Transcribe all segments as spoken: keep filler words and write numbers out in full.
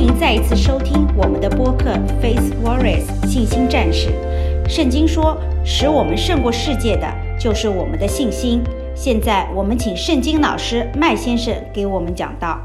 迎再一次收听我们的播客 Faith Warriors 信心战士。圣经说，使我们胜过世界的就是我们的信心。现在我们请圣经老师麦先生给我们讲道。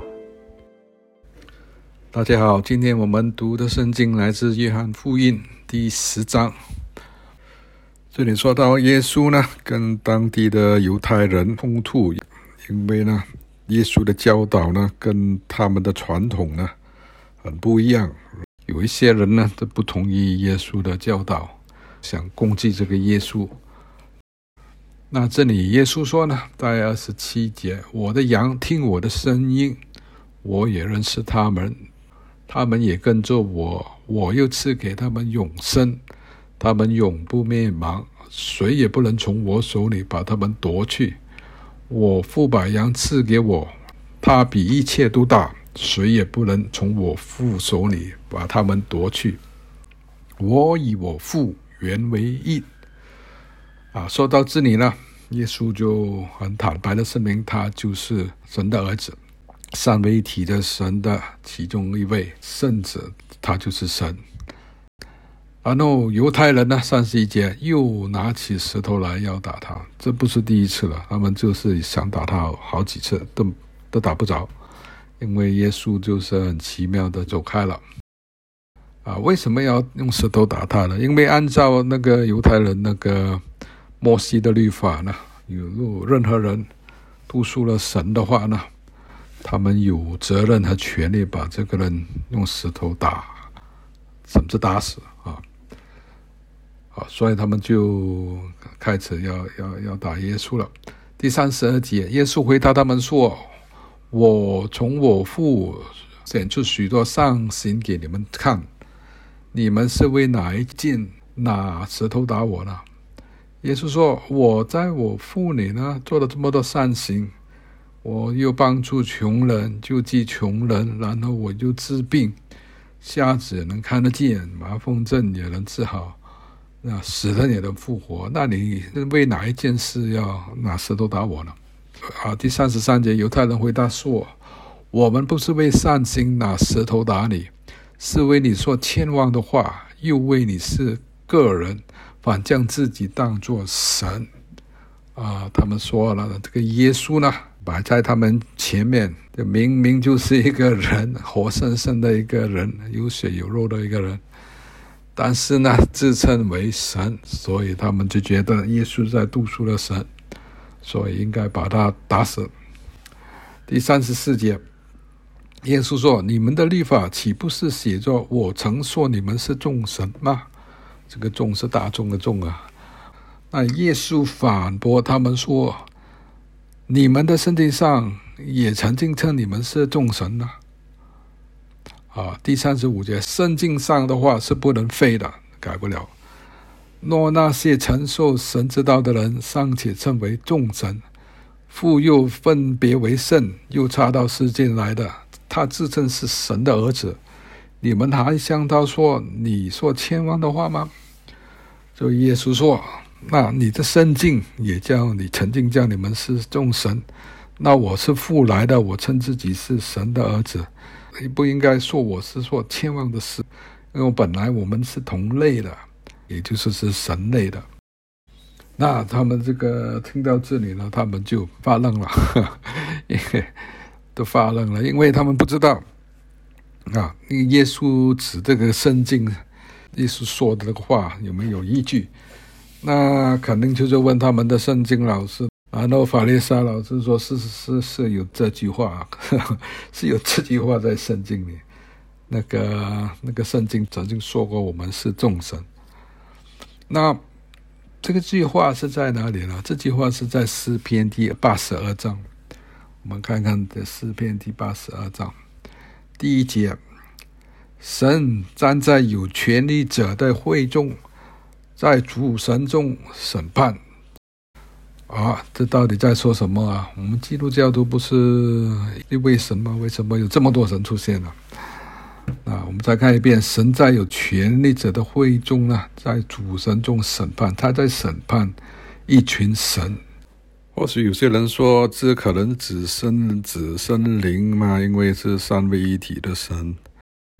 大家好，今天我们读的圣经来自约翰福音第十章。这里说到耶稣呢跟当地的犹太人冲突，因为呢耶稣的教导呢跟他们的传统呢很不一样，有一些人呢都不同意耶稣的教导，想攻击这个耶稣。那这里耶稣说呢，在二十七节，我的羊听我的声音，我也认识他们，他们也跟着我，我又赐给他们永生，他们永不灭亡，谁也不能从我手里把他们夺去。我父把羊赐给我，他比一切都大，谁也不能从我父手里把他们夺去。我与我父原为一。啊，说到这里呢，耶稣就很坦白的声明，他就是神的儿子，三位一体的神的其中一位圣子，他就是神。然后犹太人呢，三十一节又拿起石头来要打他，这不是第一次了，他们就是想打他好几次，都都打不着，因为耶稣就是很奇妙的走开了。啊，为什么要用石头打他呢？因为按照那个犹太人那个摩西的律法呢，有任何人读书了神的话呢，他们有责任和权利把这个人用石头打，甚至打死啊。啊，所以他们就开始要要要打耶稣了。第三十二节，耶稣回答他们说：“我从我父显出许多善行给你们看，你们是为哪一件拿石头打我呢？”耶稣说：“我在我父里呢做了这么多善行，我又帮助穷人，救济穷人，然后我就治病，瞎子能看得见，麻风症也能治好。”那死人也能复活，那你为哪一件事要拿石头打我呢？啊，第三十三节，犹太人回答说：“我们不是为善行拿石头打你，是为你说千万的话，又为你是个人，反将自己当作神。”啊，他们说了，这个耶稣呢，摆在他们前面，明明就是一个人，活生生的一个人，有血有肉的一个人。但是呢，自称为神，所以他们就觉得耶稣在读书的神，所以应该把他打死。第三十四节，耶稣说：“你们的律法岂不是写着我曾说你们是众神吗？”这个众是大众的众啊。那耶稣反驳他们说：“你们的圣经上也曾经称你们是众神啊。”啊，第三十五节，圣经上的话是不能废的，改不了。若那些承受神之道的人尚且称为众神，父又分别为圣，又差到世界来的，他自称是神的儿子，你们还想到说你说千万的话吗？所以耶稣说：“那你的圣经也叫你曾经叫你们是众神，那我是父来的，我称自己是神的儿子。你不应该说我是说千万的事，因为本来我们是同类的，也就是是神类的。”那他们这个听到这里呢，他们就发愣了，呵呵，都发愣了，因为他们不知道啊，耶稣指这个圣经，耶稣说的这个话有没有依据？那肯定就是问他们的圣经老师。然后法利赛老师说是是是有这句话，呵呵，是有这句话在圣经里，那个那个圣经曾经说过我们是众神。那这个句话是在哪里呢？这句话是在诗篇第八十二章，我们看看这诗篇第八十二章第一节：神站在有权力者的会中，在主神中审判。啊，这到底在说什么啊？我们基督教都不是一位神吗？为什么有这么多神出现了？那我们再看一遍：神在有权力者的会中呢，在主神中审判，他在审判一群神。或许有些人说，这可能指生子生灵嘛，因为是三位一体的神。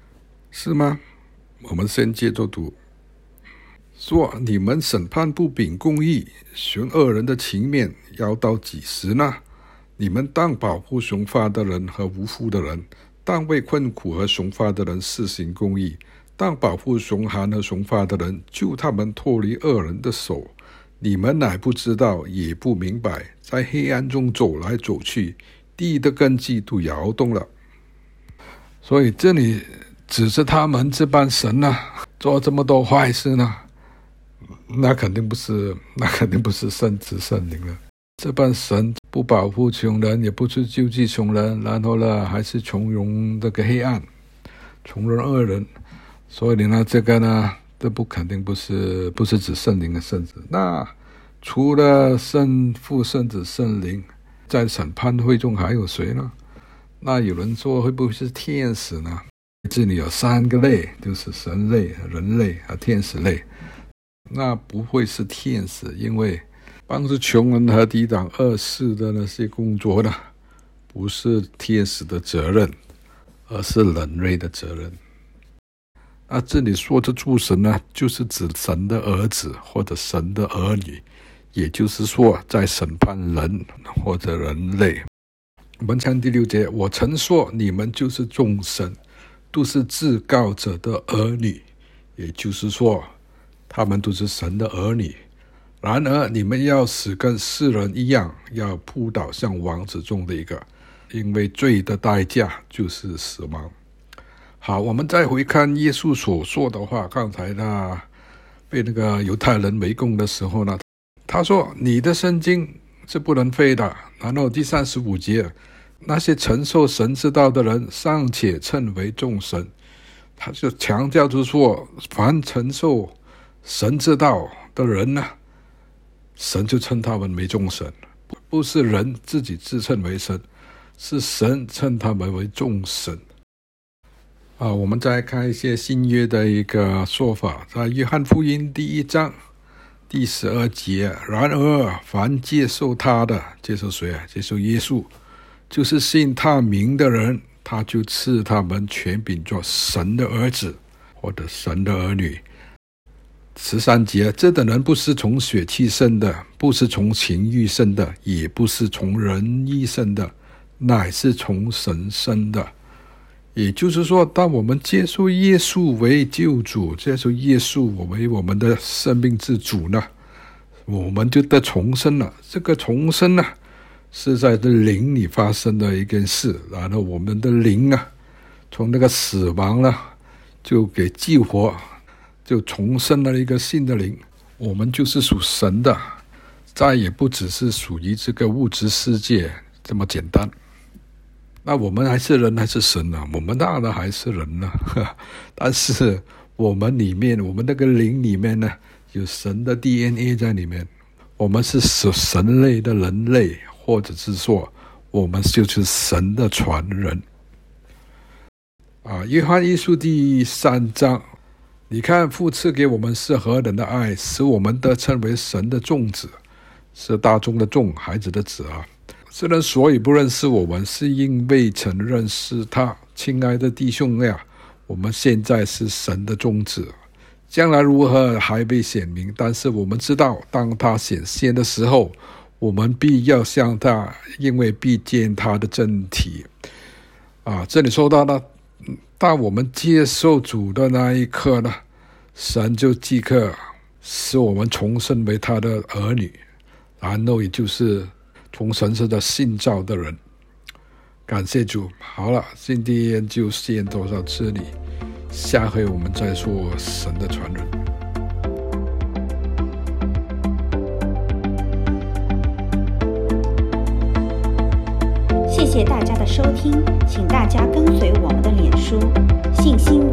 是吗？我们先接着读，说你们审判不秉公义，寻恶人的情面，要到几时呢？你们当保护穷乏的人和无父的人，当为困苦和穷乏的人施行公义，当保护穷寒和穷乏的人，救他们脱离恶人的手。你们乃不知道，也不明白，在黑暗中走来走去，地的根基都摇动了。所以这里指着他们这帮神呢，做这么多坏事呢，那肯定不是，那肯定不是圣子圣灵了。这帮神不保护穷人，也不去救济穷人，然后呢，还是从容这个黑暗，从容恶人。所以呢，这个呢，这不肯定不是不是指圣灵的圣子。那除了圣父、圣子、圣灵，在审判会中还有谁呢？那有人说会不会是天使呢？这里有三个类，就是神类、人类和天使类。那不会是天使，因为帮助穷人和抵挡恶事的那些工作呢，不是天使的责任，而是人类的责任。那这里说的诸神呢，就是指神的儿子或者神的儿女，也就是说在审判人或者人类。我们看第六节，我曾说你们就是众神，都是至高者的儿女，也就是说他们都是神的儿女。然而你们要死跟世人一样，要扑倒像王子中的一个，因为罪的代价就是死亡。好，我们再回看耶稣所说的话。刚才他被那个犹太人围攻的时候呢，他说你的圣经是不能废的。然后第三十五节，那些承受神之道的人尚且称为众神，他就强调就是说，凡承受神之道的人呢，神就称他们为众神，不是人自己自称为神，是神称他们为众神。啊，我们再看一些新约的一个说法，在约翰福音第一章第十二节，然而凡接受他的，接受谁啊？接受耶稣，就是信他名的人，他就赐他们权柄做神的儿子，或者神的儿女。十三节，这等人不是从血气生的，不是从情欲生的，也不是从人意生的，乃是从神生的。也就是说，当我们接受耶稣为救主，接受耶稣为我们的生命之主呢，我们就得重生了。这个重生呢，是在这灵里发生的一件事，然后我们的灵啊，从那个死亡呢，就给激活，就重生了一个新的灵。我们就是属神的，再也不只是属于这个物质世界这么简单。那我们还是人还是神呢？我们当然还是人呢，但是我们里面，我们那个灵里面呢，有神的 D N A 在里面。我们是神类的人类，或者是说我们就是神的传人啊。约翰一书第三章，你看父赐给我们是何等的爱，使我们得称为神的众子，是大众的众，孩子的子啊。世人所以不认识我们，是因为曾认识他。亲爱的弟兄呀，我们现在是神的众子，将来如何还未显明，但是我们知道，当他显现的时候，我们必要像他，因为必见他的真体啊。这里说到呢，当我们接受主的那一刻呢，神就即刻使我们重生为他的儿女，然后也就是从神是的信召的人。感谢主。好了，今天就先到到这里，下回我们再说神的传人。 谢谢大家的收听，请大家跟随我们的脸书信心